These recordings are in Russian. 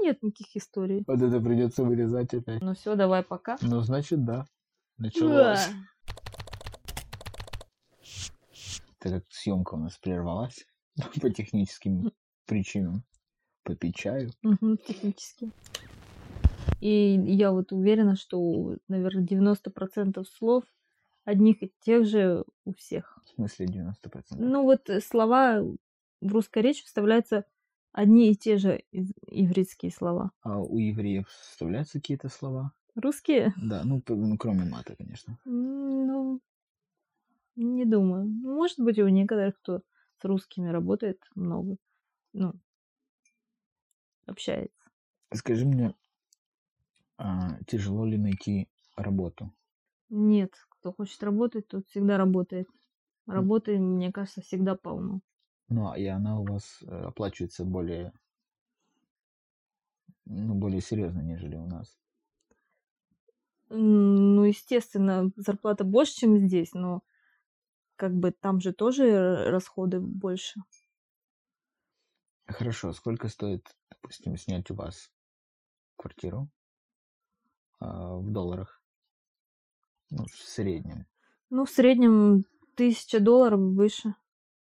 нет никаких историй. Вот это придется вырезать опять. Ну все, давай, пока. Ну, значит, да. Началось. Так как съемка у нас прервалась по техническим причинам, попить чаю. Технически. И я вот уверена, что, наверное, 90% слов одних и тех же у всех. В смысле 90%? Ну вот слова в русской речи вставляются одни и те же ивритские слова. А у евреев вставляются какие-то слова? Русские? Да, ну кроме мата, конечно. Ну, не думаю. Может быть, у некоторых, кто с русскими работает много, ну, общается. Скажи мне, тяжело ли найти работу? Нет, кто хочет работать, тот всегда работает. Работы, мне кажется, всегда полно. Ну, и она у вас оплачивается более серьезно, нежели у нас. Ну, естественно, зарплата больше, чем здесь, но как бы там же тоже расходы больше. Хорошо, сколько стоит, допустим, снять у вас квартиру в долларах? Ну, в среднем. Ну, в среднем $1000 выше.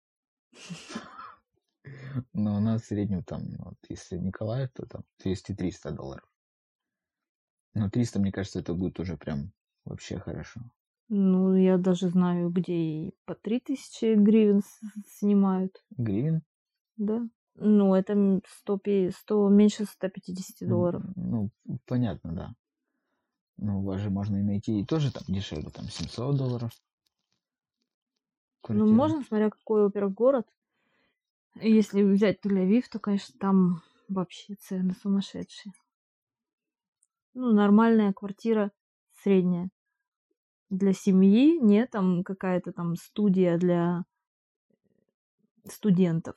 Но у нас в среднем там, вот, если Николаев, то там $200-300. Но 300, мне кажется, это будет уже прям вообще хорошо. Ну, я даже знаю, где и по 3000 гривен снимают. Гривен? Да. Ну, это меньше $150. Ну, понятно, да. Но у вас же можно и найти и тоже там дешевле, там $700. Ну, можно, смотря какой, во-первых, город. Если взять Тель-Авив, то, конечно, там вообще цены сумасшедшие. Ну, нормальная квартира средняя. Для семьи, не там какая-то там студия для студентов,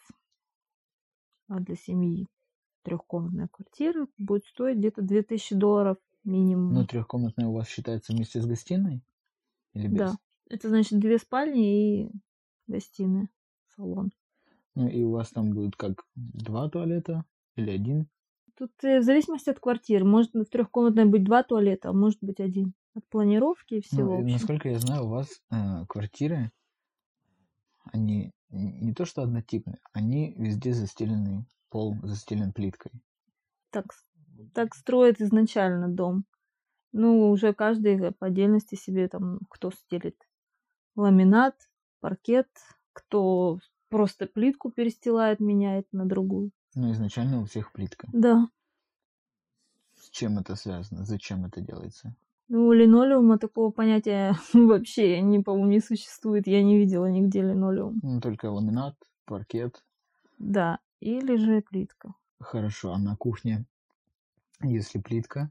а для семьи трехкомнатная квартира будет стоить где-то $2000 минимум. Ну, трехкомнатная у вас считается вместе с гостиной? Или без? Да. Это значит 2 спальни и гостиная, салон. Ну, и у вас там будет как 2 туалета или 1? Тут в зависимости от квартиры. Может в трехкомнатной быть 2 туалета, а может быть 1. От планировки и всего. Ну, в общем. насколько я знаю, у вас квартиры, они не то что однотипные, они везде застелены, пол застелен плиткой. Так строит изначально дом. Ну, уже каждый по отдельности себе там, кто стелит ламинат, паркет, кто просто плитку перестилает, меняет на другую. Ну, изначально у всех плитка. Да. С чем это связано? Зачем это делается? Ну, линолеума такого понятия вообще, по-моему, не существует. Я не видела нигде линолеум. Ну, только ламинат, паркет. Да, или же плитка. Хорошо, а на кухне, если плитка,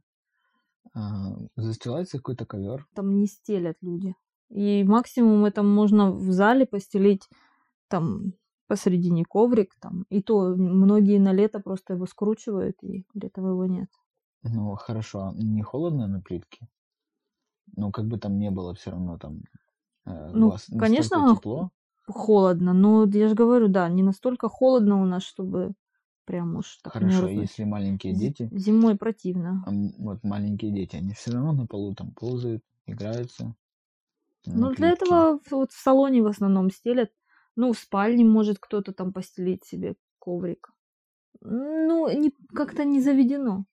застилается какой-то ковер? Там не стелят люди. И максимум это можно в зале постелить там посередине коврик. Там. И то многие на лето просто его скручивают, и летом его нет. Ну, хорошо, а не холодно на плитке? Ну, как бы там не было, все равно там у вас конечно, настолько тепло. Холодно, но я же говорю, да, не настолько холодно у нас, чтобы прям уж так Хорошо, мерзнуть. если маленькие дети, Зимой противно. вот маленькие дети, они все равно на полу там ползают, играются. Ну, для этого вот в салоне в основном стелят. Ну, в спальне может кто-то там постелить себе коврик. Ну, как-то не заведено.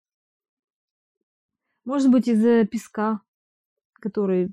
Может быть, из-за песка, который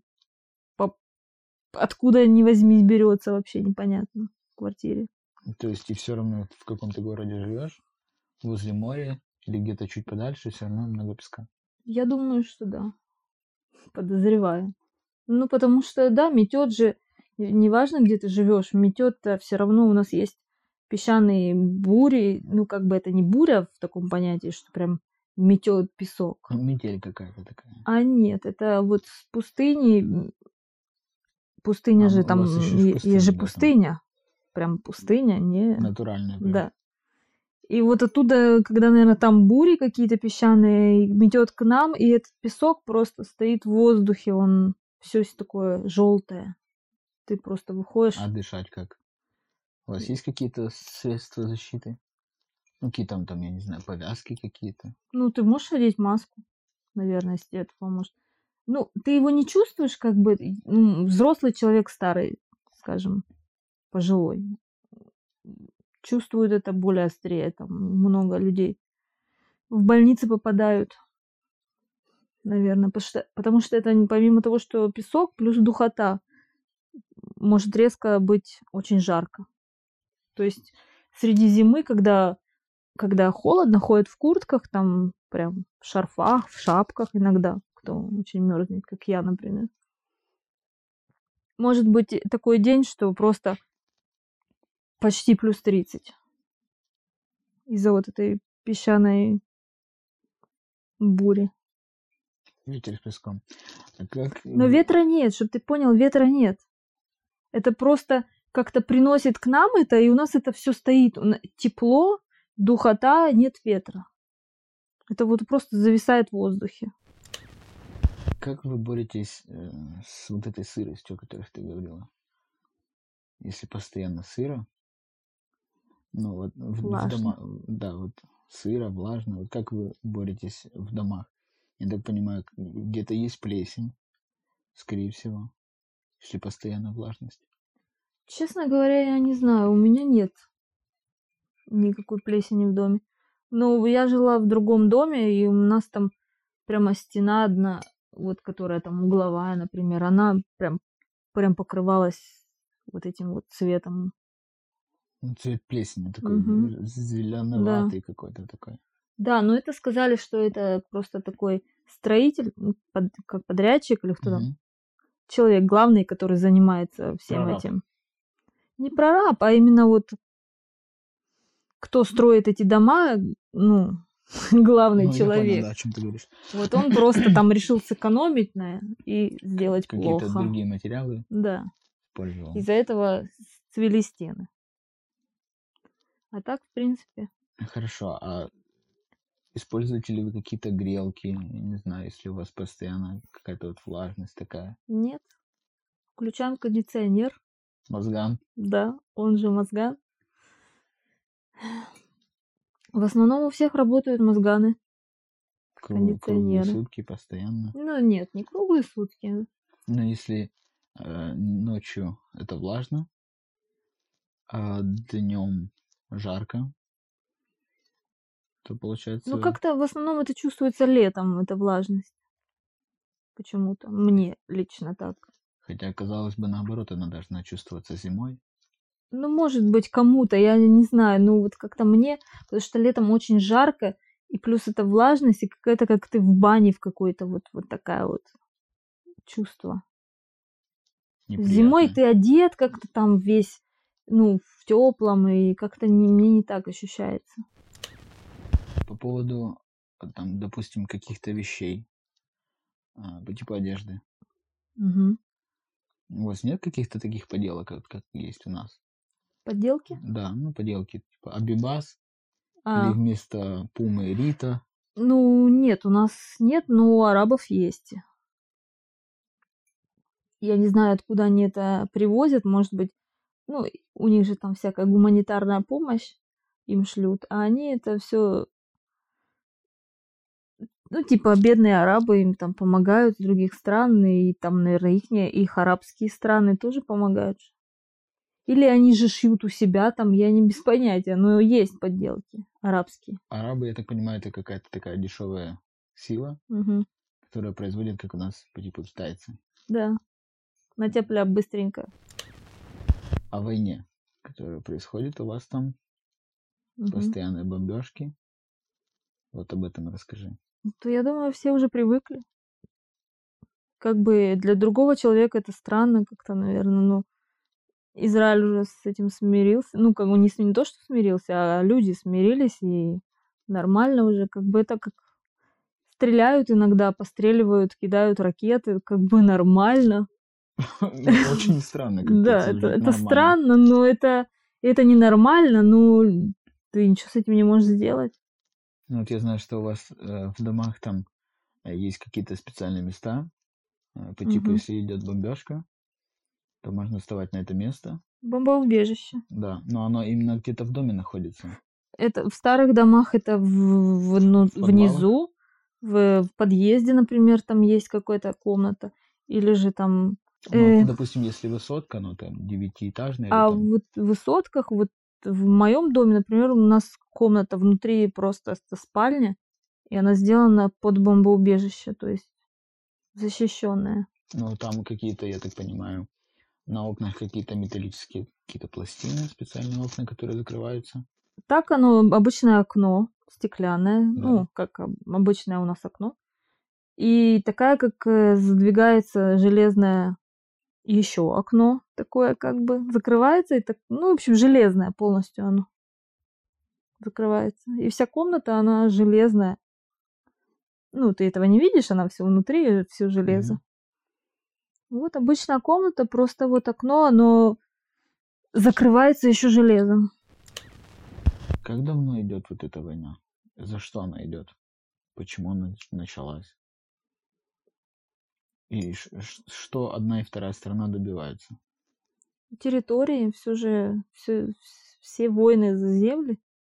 откуда ни возьмись берется, вообще непонятно в квартире. То есть и все равно в каком-то городе живешь, возле моря или где-то чуть подальше, все равно много песка. Я думаю, что да. Подозреваю. Ну, потому что, да, метет же, неважно, где ты живешь, метет-то все равно у нас есть песчаные бури. Ну, как бы это не буря в таком понятии, что прям метет песок. Ну, метель какая-то такая. А нет, это вот с пустыни. Пустыня же там, есть же пустыня. Прям пустыня, не... Натуральная. Прям. Да. И вот оттуда, когда, наверное, там бури какие-то песчаные, метет к нам, и этот песок просто стоит в воздухе, он все такое желтое. Ты просто выходишь. А дышать как? У вас есть какие-то средства защиты? Ну, какие там, я не знаю, повязки какие-то. Ну, ты можешь одеть маску, наверное, если тебе это поможет. Ну, ты его не чувствуешь, как бы, взрослый человек старый, скажем, пожилой, чувствует это более острее, там много людей в больницы попадают, наверное, потому что это помимо того, что песок плюс духота, может резко быть очень жарко. То есть среди зимы, когда холодно, ходят в куртках, там прям в шарфах, в шапках иногда, кто очень мерзнет, как я, например. Может быть такой день, что просто почти плюс 30 из-за вот этой песчаной бури. Ветер с песком. А как... Но ветра нет, чтобы ты понял, ветра нет. Это просто как-то приносит к нам это, и у нас это все стоит. Тепло, духота, нет ветра. Это вот просто зависает в воздухе. Как вы боретесь с вот этой сыростью, о которой ты говорила? Если постоянно сыро, ну вот в Влажно. дома, да, вот сыро, влажно, вот как вы боретесь в домах? Я так понимаю, где-то есть плесень, скорее всего, если постоянно влажность. Честно говоря, я не знаю, у меня нет никакой плесени в доме. Но я жила в другом доме, и у нас там прямо стена одна, вот которая там угловая, например, она прям покрывалась вот этим вот цветом. Ну, цвет плесени такой, Мгм. Да. зеленоватый какой-то такой. Да, но это сказали, что это просто такой строитель, как подрядчик или кто там, Мгм. человек главный, который занимается всем Прораб. этим. Не прораб, а именно вот кто строит эти дома, ну, главный Ну, я понял, человек. да, о чем ты говоришь. Вот он просто там решил сэкономить и сделать Какие-то плохо. другие материалы Да. использовал. Из-за этого цвели стены. А так, в принципе, Хорошо, а используете ли вы какие-то грелки? Я не знаю, если у вас постоянно какая-то вот влажность такая. нет. Включаем кондиционер. Мозган Да, он же мозган. В основном у всех работают мозганы, круглые кондиционеры. сутки постоянно. Ну, нет, не круглые сутки. Но если ночью это влажно, а днем жарко, то Ну, получается... как-то в основном это чувствуется летом, эта влажность. Почему-то. Мне лично так. Хотя, казалось бы, наоборот, она должна чувствоваться зимой. Ну, может быть, кому-то, я не знаю, ну вот как-то мне, потому что летом очень жарко, и плюс это влажность, и какая-то, как ты в бане в какой-то, вот такая вот чувство. Зимой Неприятно. ты одет как-то там весь, ну, в теплом, и как-то мне не так ощущается. По поводу, там, допустим, каких-то вещей, по типу одежды. Угу. У вас нет каких-то таких поделок, как есть у нас? Подделки? Да, ну, поделки, типа Абибас, или А, вместо Пумы Рита. ну, нет, у нас нет, но у арабов есть. Я не знаю, откуда они это привозят, может быть, ну, у них же там всякая гуманитарная помощь им шлют, а они это все, ну, типа, бедные арабы им там помогают из других стран, и там, наверное, их арабские страны тоже помогают. Или они же шьют у себя там, я не без понятия, но есть подделки арабские. Арабы, я так понимаю, это какая-то такая дешевая сила, Угу. которая производит, как у нас, по типу китайцы. Да, на тяп-ляп быстренько. О войне, которая происходит у вас там, Угу. постоянные бомбежки. Вот об этом расскажи. То я думаю, все уже привыкли. Как бы для другого человека это странно как-то, наверное, но Израиль уже с этим смирился. Ну, как бы не то, что смирился, а люди смирились, и нормально уже. Как бы это как стреляют иногда, постреливают, кидают ракеты, как бы нормально. Очень странно, как Да, это звучит это нормально. странно, но это ненормально, но ты ничего с этим не можешь сделать. Ну, вот я знаю, что у вас в домах там есть какие-то специальные места, по типу, Мгм. если идет бомбежка, то можно вставать на это место. Бомбоубежище. Да, но оно именно где-то в доме находится. Это в старых домах это ну, В подвалах? внизу, в подъезде, например, там есть какая-то комната. Или же там... Ну, допустим, если высотка, ну, там, 9-этажная или А там... вот в высотках, вот в моем доме, например, у нас комната внутри просто спальня, и она сделана под бомбоубежище, то есть защищенная. Ну, там какие-то, я так понимаю, на окнах какие-то металлические какие-то пластины, специальные окна, которые закрываются. Так оно обычное окно, стеклянное, Да. ну, как обычное у нас окно. И такая, как задвигается железное еще окно, такое как бы закрывается, и так, ну, в общем, железное полностью оно закрывается. И вся комната, она железная. Ну, ты этого не видишь, она все внутри, все железо. Вот обычная комната, просто вот окно, оно закрывается еще железом. Как давно идет вот эта война? За что она идет? Почему она началась? И что одна и вторая страна добиваются? Территории, все войны за земли.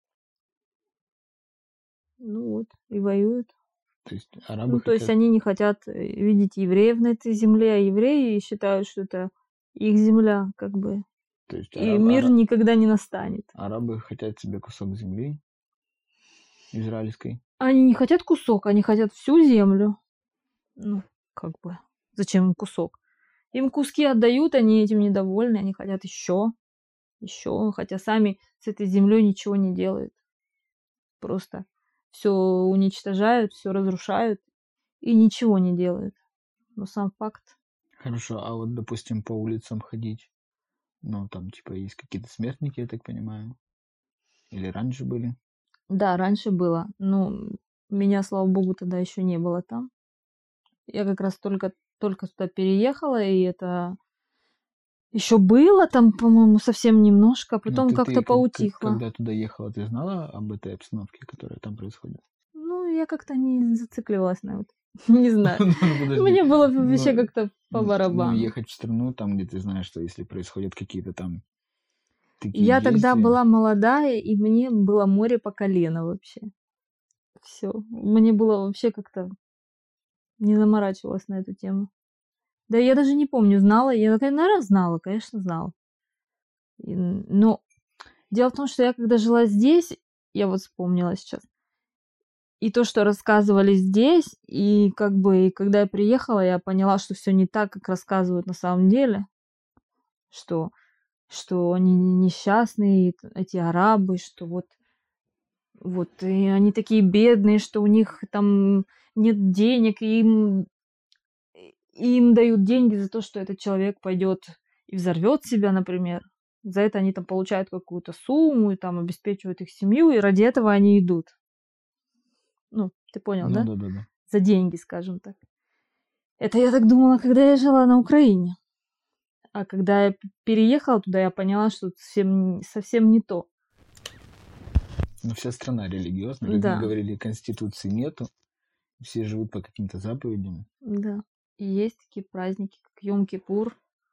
Ну вот, и воюют. То есть арабы Ну, то есть хотят... они не хотят видеть евреев на этой земле, а евреи считают, что это их земля, как бы. То есть И мир никогда не настанет. арабы хотят себе кусок земли израильской. Они не хотят кусок, они хотят всю землю. Ну, как бы, зачем им кусок? Им куски отдают, они этим недовольны, они хотят еще, хотя сами с этой землей ничего не делают. Просто все уничтожают, все разрушают и ничего не делают. Но сам факт. Хорошо, а вот, допустим, по улицам ходить, ну, там, типа, есть какие-то смертники, я так понимаю. Или раньше были? Да, раньше было. Ну, меня, слава богу, тогда еще не было там. Я как раз только сюда переехала, и это еще было там, по-моему, совсем немножко, а потом как-то поутихло. Когда туда ехала, ты знала об этой обстановке, которая там происходит? Ну, я как-то не зацикливалась на это. Не знаю. Подожди. Мне было вообще как-то по Ну, барабану. ехать в страну, там, где ты знаешь, что если происходят какие-то там такие Я тогда действия... была молодая, и мне было море по колено вообще. Все. Мне было вообще как-то... Не заморачивалась на эту тему. Да я даже не помню, знала. Я, наверное, знала, конечно, знала. Но дело в том, что я когда жила здесь, я вот вспомнила сейчас, и то, что рассказывали здесь, и как бы, и когда я приехала, я поняла, что все не так, как рассказывают на самом деле, что они несчастные, эти арабы, что вот, и они такие бедные, что у них там нет денег, и им дают деньги за то, что этот человек пойдет и взорвет себя, например. За это они там получают какую-то сумму, и там обеспечивают их семью, и ради этого они идут. Ну, ты понял, да? Ну, да. За деньги, скажем так. Это я так думала, когда я жила на Украине. А когда я переехала туда, я поняла, что совсем не то. Ну, вся страна религиозная. Как мы говорили, конституции нету. Все живут по каким-то заповедям. Да. И есть такие праздники, как Йом-Кипур,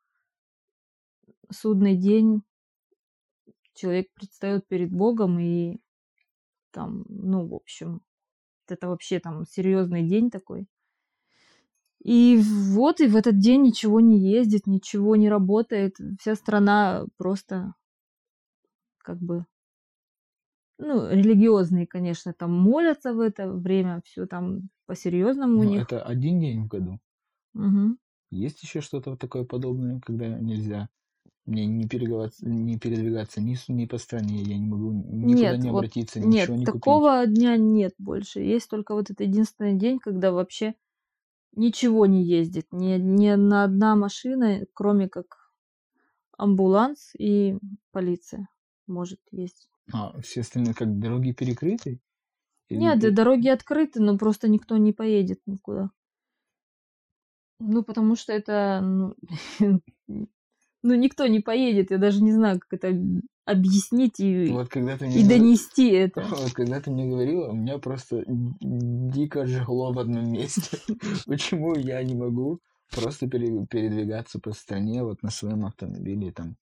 судный день. Человек предстает перед Богом, и там, ну, в общем, это вообще там серьезный день такой. И вот, и в этот день ничего не ездит, ничего не работает. Вся страна просто как бы, ну, религиозные, конечно, там молятся в это время, все там по-серьезному у Ну, них. это один день в году. Угу. Есть еще что-то такое подобное, когда нельзя мне не передвигаться ни по стране, я не могу никуда не обратиться, ничего не купить? Нет, такого дня нет больше. Есть только вот этот единственный день, когда вообще ничего не ездит, ни одна машина, кроме как амбуланс и полиция может ездить. А все остальные как дороги перекрыты? Нет, дороги открыты, но просто никто не поедет никуда. Ну, потому что это, ну, никто не поедет. Я даже не знаю, как это объяснить и донести это. Вот когда ты мне говорила, у меня просто дико жгло в одном месте. Почему я не могу просто передвигаться по стране вот на своем автомобиле там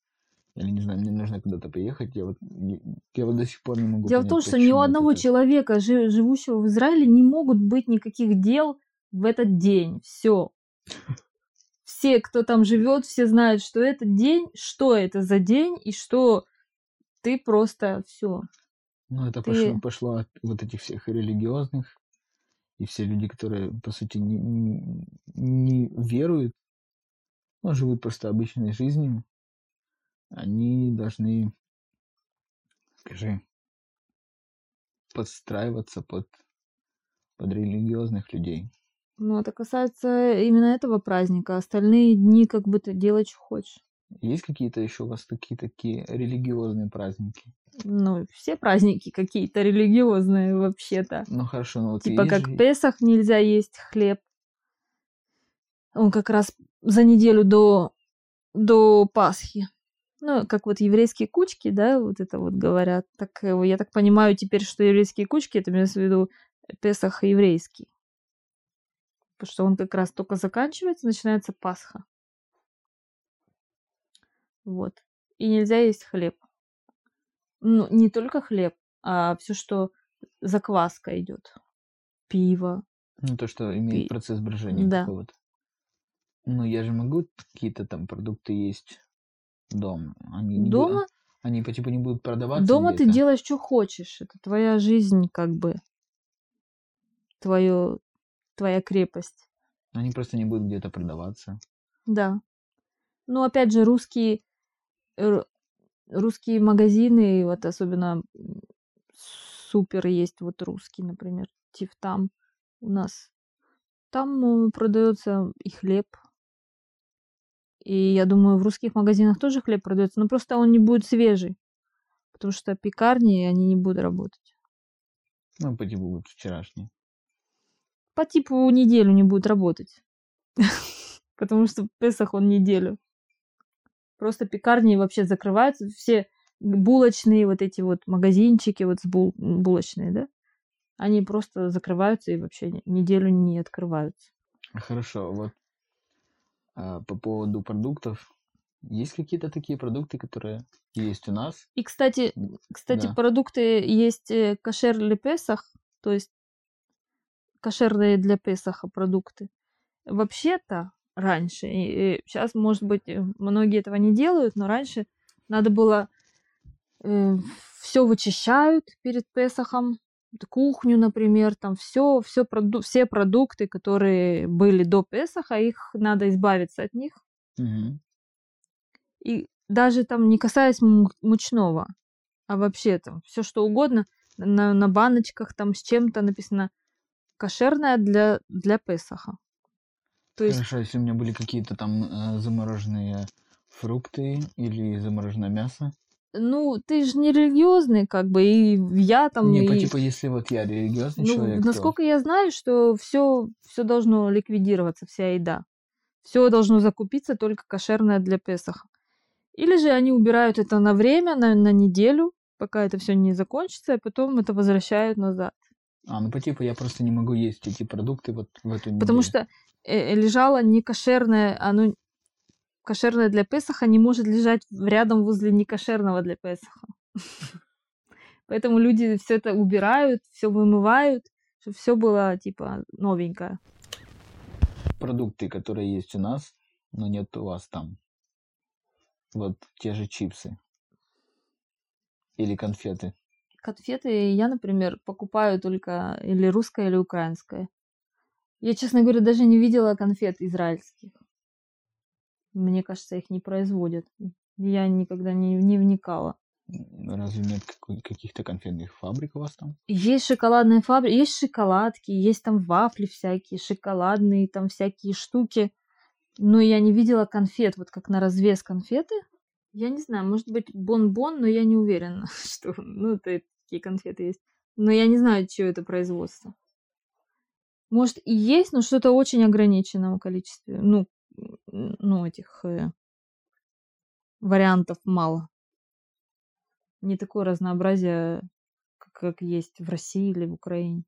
Или не знаю, мне нужно куда-то приехать. Я вот до сих пор не могу Дело в том, понять, что ни у почему это одного так. человека, живущего в Израиле, не могут быть никаких дел в этот день. Все. Все, кто там живет, все знают, что этот день, что это за день, и что ты просто все. Ну, это Ты пошло от вот этих всех религиозных, и все люди, которые, по сути, не веруют, но живут просто обычной жизнью, они должны, скажи, подстраиваться под религиозных людей. Ну, это касается именно этого праздника. Остальные дни как бы ты делай, что хочешь. Есть какие-то еще у вас такие религиозные праздники? Ну, все праздники какие-то религиозные вообще-то. Ну хорошо, ну вот Типа есть как же... Песах нельзя есть хлеб. Он как раз за неделю до Пасхи. Ну, как вот еврейские кучки, да, вот это вот говорят. Так я так понимаю теперь, что еврейские кучки, это имеется в виду Песах еврейский. Потому что он как раз только заканчивается, начинается Пасха. Вот. И нельзя есть хлеб. Ну, не только хлеб, а все, что закваска идет. Пиво. Ну, то, что имеет процесс брожения Да. какого-то. Ну, я же могу какие-то там продукты есть дома. Дома, Они по типу не будут продаваться дома ты где-то. делаешь, что хочешь. Это твоя жизнь, как бы. Твоя крепость. Они просто не будут где-то продаваться. Да. Ну, опять же, русские магазины, вот особенно супер есть вот русский, например, Тифтам у нас. Там продается и хлеб. И я думаю, в русских магазинах тоже хлеб продается, но просто он не будет свежий, потому что пекарни, они не будут работать. Ну, по типу будут вчерашние. По типу неделю не будут работать, потому что Песах он неделю. Просто пекарни вообще закрываются, все булочные вот эти вот магазинчики вот булочные, да, они просто закрываются и вообще неделю не открываются. Хорошо, вот по поводу продуктов. Есть какие-то такие продукты, которые есть у нас? И, кстати, Да. продукты есть кошер для Песах, то есть кошерные для Песаха продукты. Вообще-то раньше, и сейчас, может быть, многие этого не делают, но раньше надо было все вычищают перед Песахом, кухню, например, там все продукты, которые были до Песаха, их надо избавиться от них. Угу. И даже там не касаясь мучного, а вообще там все что угодно на баночках там с чем-то написано кошерное для Песаха. То есть, Хорошо, если у меня были какие-то там замороженные фрукты или замороженное мясо. ну, ты же не религиозный, как бы, и я там, Не, по и... типу, если вот я религиозный Ну, человек, то... насколько я знаю, что все должно ликвидироваться, вся еда. Все должно закупиться только кошерное для Песаха. Или же они убирают это на время, на неделю, пока это все не закончится, и потом это возвращают назад. Ну по типу я просто не могу есть эти продукты вот в эту Потому неделю. что лежало некошерное, оно кошерное для Песаха не может лежать рядом возле некошерного для Песаха. Поэтому люди все это убирают, все вымывают, чтобы все было типа новенькое. Продукты, которые есть у нас, но нет у вас там. Вот те же чипсы. Или конфеты. Конфеты я, например, покупаю только или русское, или украинское. Я, честно говоря, даже не видела конфет израильских. Мне кажется, их не производят. Я никогда не вникала. Разве нет каких-то конфетных фабрик у вас там? Есть шоколадная фабрика, есть шоколадки, есть там вафли всякие, шоколадные, там всякие штуки. Но я не видела конфет, вот как на развес конфеты. Я не знаю, может быть, бон-бон, но я не уверена, что... Ну, это такие конфеты есть. Но я не знаю, чье это производство. Может, и есть, но что-то очень ограниченном количестве. Ну этих вариантов мало. Не такое разнообразие, как есть в России или в Украине.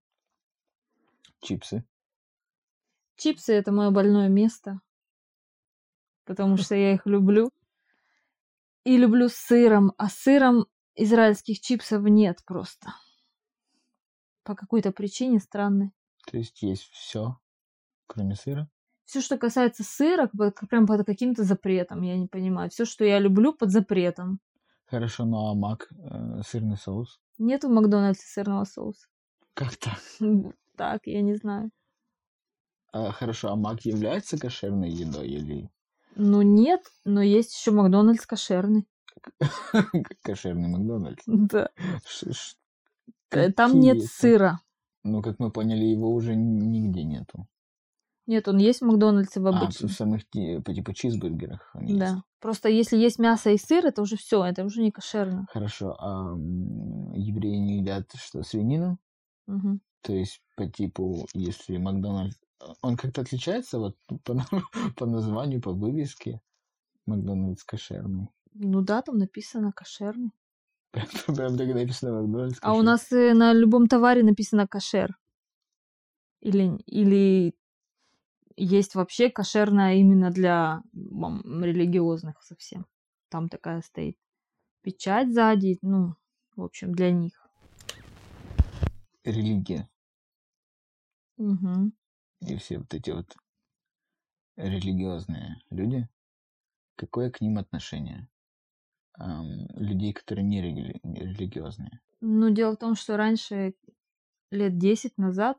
Чипсы. Чипсы — это мое больное место, потому что я их люблю. И люблю с сыром, а с сыром израильских чипсов нет просто. По какой-то причине странной. То есть все, кроме сыра? Все, что касается сыра, прям под каким-то запретом, я не понимаю. Все, что я люблю, под запретом. Хорошо, ну а мак, сырный соус? Нет в Макдональдсе сырного соуса. Как так? Так, я не знаю. Хорошо, а мак является кошерной едой или Ну нет, но есть еще Макдональдс кошерный. кошерный Макдональдс? Да. Там Какие нет это? сыра. Ну, как мы поняли, его уже нигде нету. Нет, он есть в Макдональдсе в В обычном. самых типа чизбургерах он Да. есть. Просто если есть мясо и сыр, это уже все, это уже не кошерно. Хорошо, а евреи не едят что, свинину? Мгм. То есть по типу, если Макдональдс... Он как-то отличается вот по названию, по вывеске? Макдональдс кошерный. Ну да, там написано кошерный. Прям так написано Макдональдс А у кошерный. нас на любом товаре написано кошер. Или есть вообще кошерная именно для религиозных совсем. Там такая стоит печать сзади, ну, в общем, для них. Религия. Угу. И все вот эти вот религиозные люди. Какое к ним отношение? Людей, которые не религиозные. Ну, дело в том, что раньше, лет 10 назад,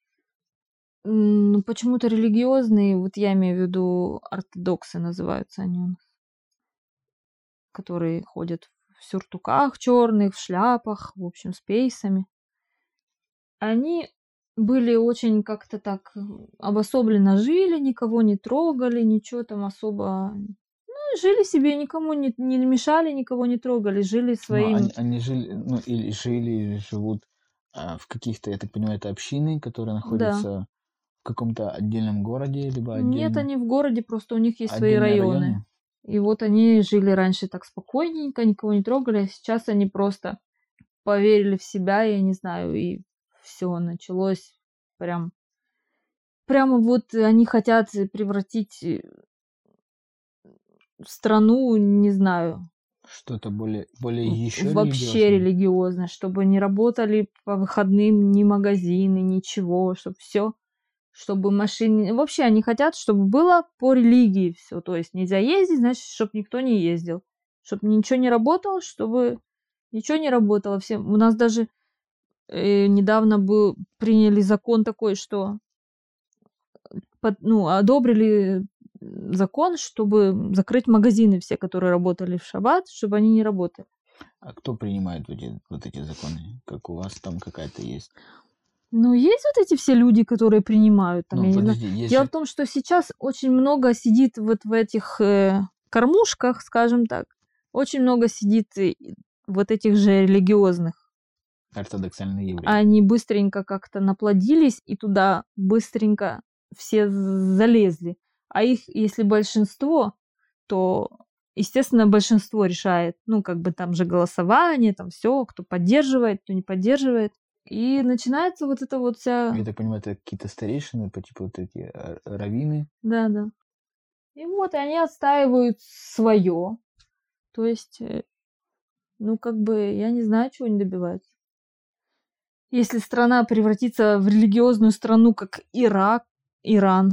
ну, почему-то религиозные, вот я имею в виду ортодоксы называются они у нас, которые ходят в сюртуках черных, в шляпах, в общем, с пейсами. Они были очень как-то так обособленно жили, никого не трогали, ничего там особо... Ну, жили себе, никому не мешали, никого не трогали, жили своим... Ну, они жили, ну, или жили, или живут в каких-то, я так понимаю, это общины, которые Да. находятся в каком-то отдельном городе, либо Нет, отдельно... они в городе, просто у них есть свои Отдельные районы. районы? И вот они жили раньше так спокойненько, никого не трогали, а сейчас они просто поверили в себя, я не знаю, и все началось прям... Прямо вот они хотят превратить страну, не знаю, Что-то более еще вообще религиозное, чтобы не работали по выходным ни магазины, ничего, чтобы все, чтобы машины... Вообще они хотят, чтобы было по религии все. То есть нельзя ездить, значит, чтобы никто не ездил. Чтобы ничего не работало, чтобы ничего не работало. Всем... У нас даже недавно приняли закон такой, что одобрили закон, чтобы закрыть магазины все, которые работали в шаббат, чтобы они не работали. А кто принимает вот эти законы? Как у вас там какая-то есть? Ну, есть вот эти все люди, которые принимают. Там, Ну, я не знаю. подожди, есть Дело же... в том, что сейчас очень много сидит вот в этих кормушках, скажем так. Очень много сидит вот этих же религиозных. ортодоксальные евреи. Они быстренько как-то наплодились, и туда быстренько все залезли. А их, если большинство, то, естественно, большинство решает. Ну, как бы там же голосование, там все, кто поддерживает, кто не поддерживает. И начинается вот это вот вся... Я так понимаю, это какие-то старейшины, по типу вот эти раввины. Да, да. И вот они отстаивают свое. То есть, ну, как бы, я не знаю, чего они добиваются. Если страна превратится в религиозную страну, как Иран,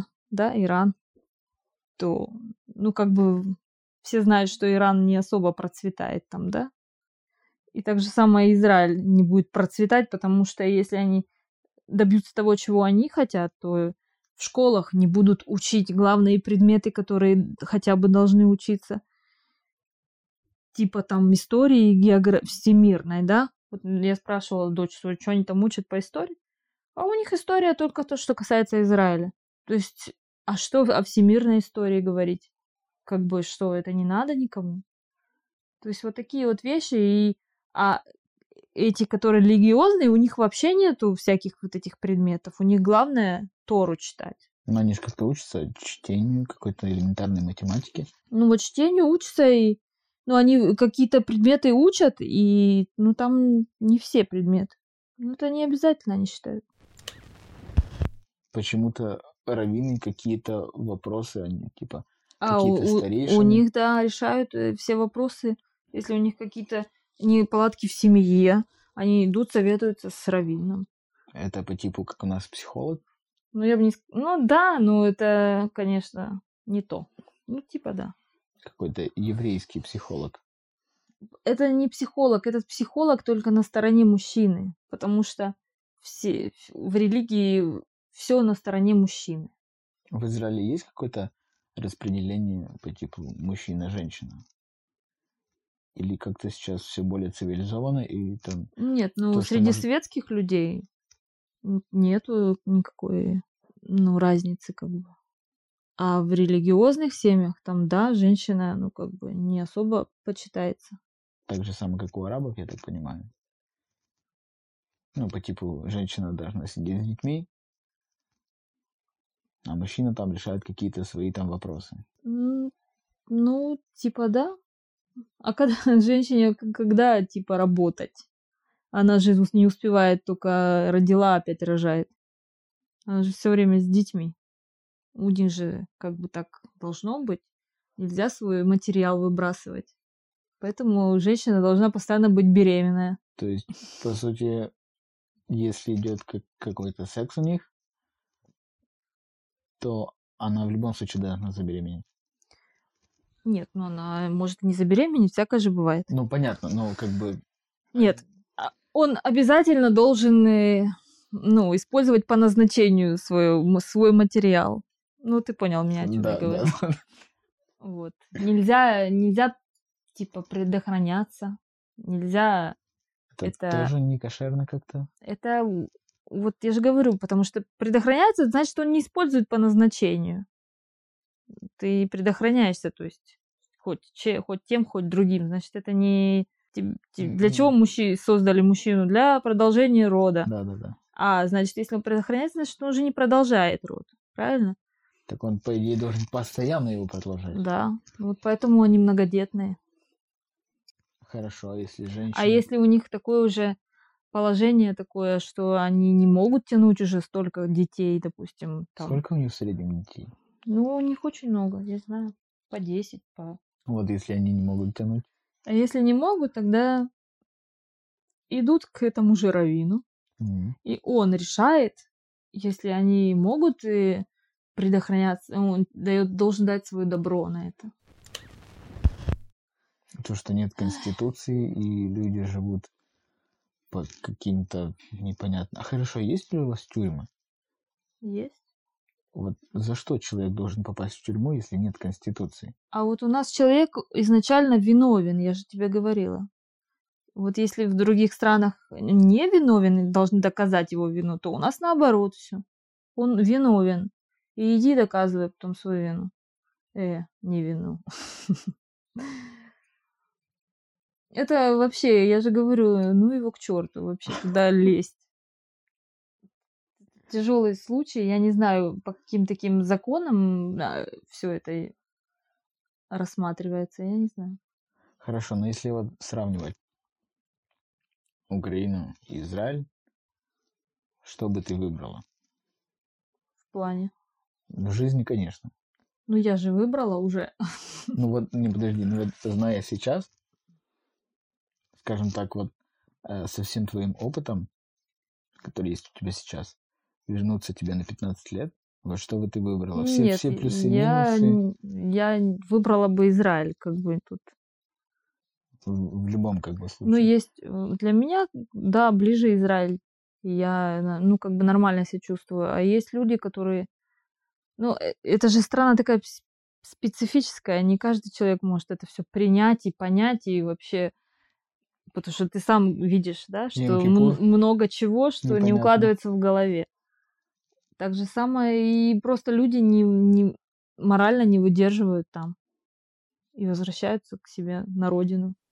то, ну, как бы, все знают, что Иран не особо процветает там, да? И так же самое Израиль не будет процветать, потому что если они добьются того, чего они хотят, то в школах не будут учить главные предметы, которые хотя бы должны учиться. Типа там истории, географии, всемирной, да? Вот я спрашивала дочь, что они там учат по истории. А у них история только то, что касается Израиля. То есть, а что о всемирной истории говорить? Как бы, что это не надо никому? То есть вот такие вот вещи. А эти, которые религиозные, у них вообще нету всяких вот этих предметов. У них главное Тору читать. Но они же как-то учатся чтению, какой-то элементарной математике. Ну вот чтению учатся, и они какие-то предметы учат, и там не все предметы. Это не обязательно, они считают. Почему-то раввины какие-то вопросы, они типа А какие-то у старейшины. них, да, решают все вопросы. Если у них какие-то неполадки в семье, они идут, советуются с раввином. Это по типу, как у нас психолог? Ну, я бы не... Ну, да, но это, конечно, не то. Ну, типа, да. Какой-то еврейский психолог. Это не психолог, этот психолог только на стороне мужчины, потому что в религии все на стороне мужчины. В Израиле есть какое-то распределение по типу мужчина-женщина? Или как-то сейчас все более цивилизованно, и там Нет, ну, то, что среди может... светских людей нету никакой, ну, разницы, как бы. А в религиозных семьях там, да, женщина, ну, как бы не особо почитается. Так же самое, как у арабов, я так понимаю. Ну, по типу, женщина должна сидеть с детьми, а мужчина там решает какие-то свои там вопросы. Ну, типа, да. А когда женщине, когда, типа, работать? Она же не успевает, только родила, опять рожает. Она же все время с детьми. У них же как бы так должно быть. Нельзя свой материал выбрасывать. Поэтому женщина должна постоянно быть беременная. То есть, по сути, если идет какой-то секс у них, то она в любом случае должна забеременеть. Нет, ну она может не забеременеть, всякое же бывает. Ну, понятно, но как бы... Нет, он обязательно должен, ну, использовать по назначению свой материал. Ну, ты понял меня, о чем я Да, да. говорю. Вот. Нельзя, типа, предохраняться. Нельзя Это тоже не кошерно как-то? Это вот я же говорю, потому что предохраняется, значит, что он не использует по назначению. Ты предохраняешься, то есть хоть тем, хоть другим. Значит, это не... Для чего создали мужчину? Для продолжения рода. Да, да, да. А, значит, если он предохраняется, значит, он уже не продолжает род. Правильно? Так он, по идее, должен постоянно его продолжать. Да. Вот поэтому они многодетные. Хорошо, а если женщина... А если у них такое уже положение такое, что они не могут тянуть уже столько детей, допустим. Там. Сколько у них в среднем детей? Ну, у них очень много, я знаю. По 10, по... Вот если они не могут тянуть. А если не могут, тогда идут к этому же раввину. И он решает, если они могут предохраняться, он должен дать свое добро на это. То, что нет конституции, и люди живут под каким-то непонятным... А хорошо, есть ли у вас тюрьмы? Есть. Вот за что человек должен попасть в тюрьму, если нет конституции? А вот у нас человек изначально виновен, я же тебе говорила. Вот если в других странах не виновен и должны доказать его вину, то у нас наоборот все. Он виновен. И иди доказывай потом свою вину. Не вину. Это вообще, я же говорю, ну его к черту вообще туда лезть. Тяжелый случай, я не знаю, по каким таким законам все это рассматривается, я не знаю. Хорошо, но если вот сравнивать Украину и Израиль, что бы ты выбрала? В плане. В жизни, конечно. Ну я же выбрала уже. Ну вот, не подожди, ну вот зная сейчас, скажем так, вот со всем твоим опытом, который есть у тебя сейчас, вернуться тебе на 15 лет, вот что бы ты выбрала? Нет, Все плюсы и минусы я выбрала бы Израиль, как бы тут. в любом как бы случае. Ну, есть для меня, да, ближе Израиль. Я, ну, как бы нормально себя чувствую. А есть люди, которые... Ну, это же страна такая специфическая. Не каждый человек может это все принять и понять, и вообще... Потому что ты сам видишь, да, что много чего, что непонятно. Не укладывается в голове. Так же самое и просто люди морально не выдерживают там и возвращаются к себе на родину.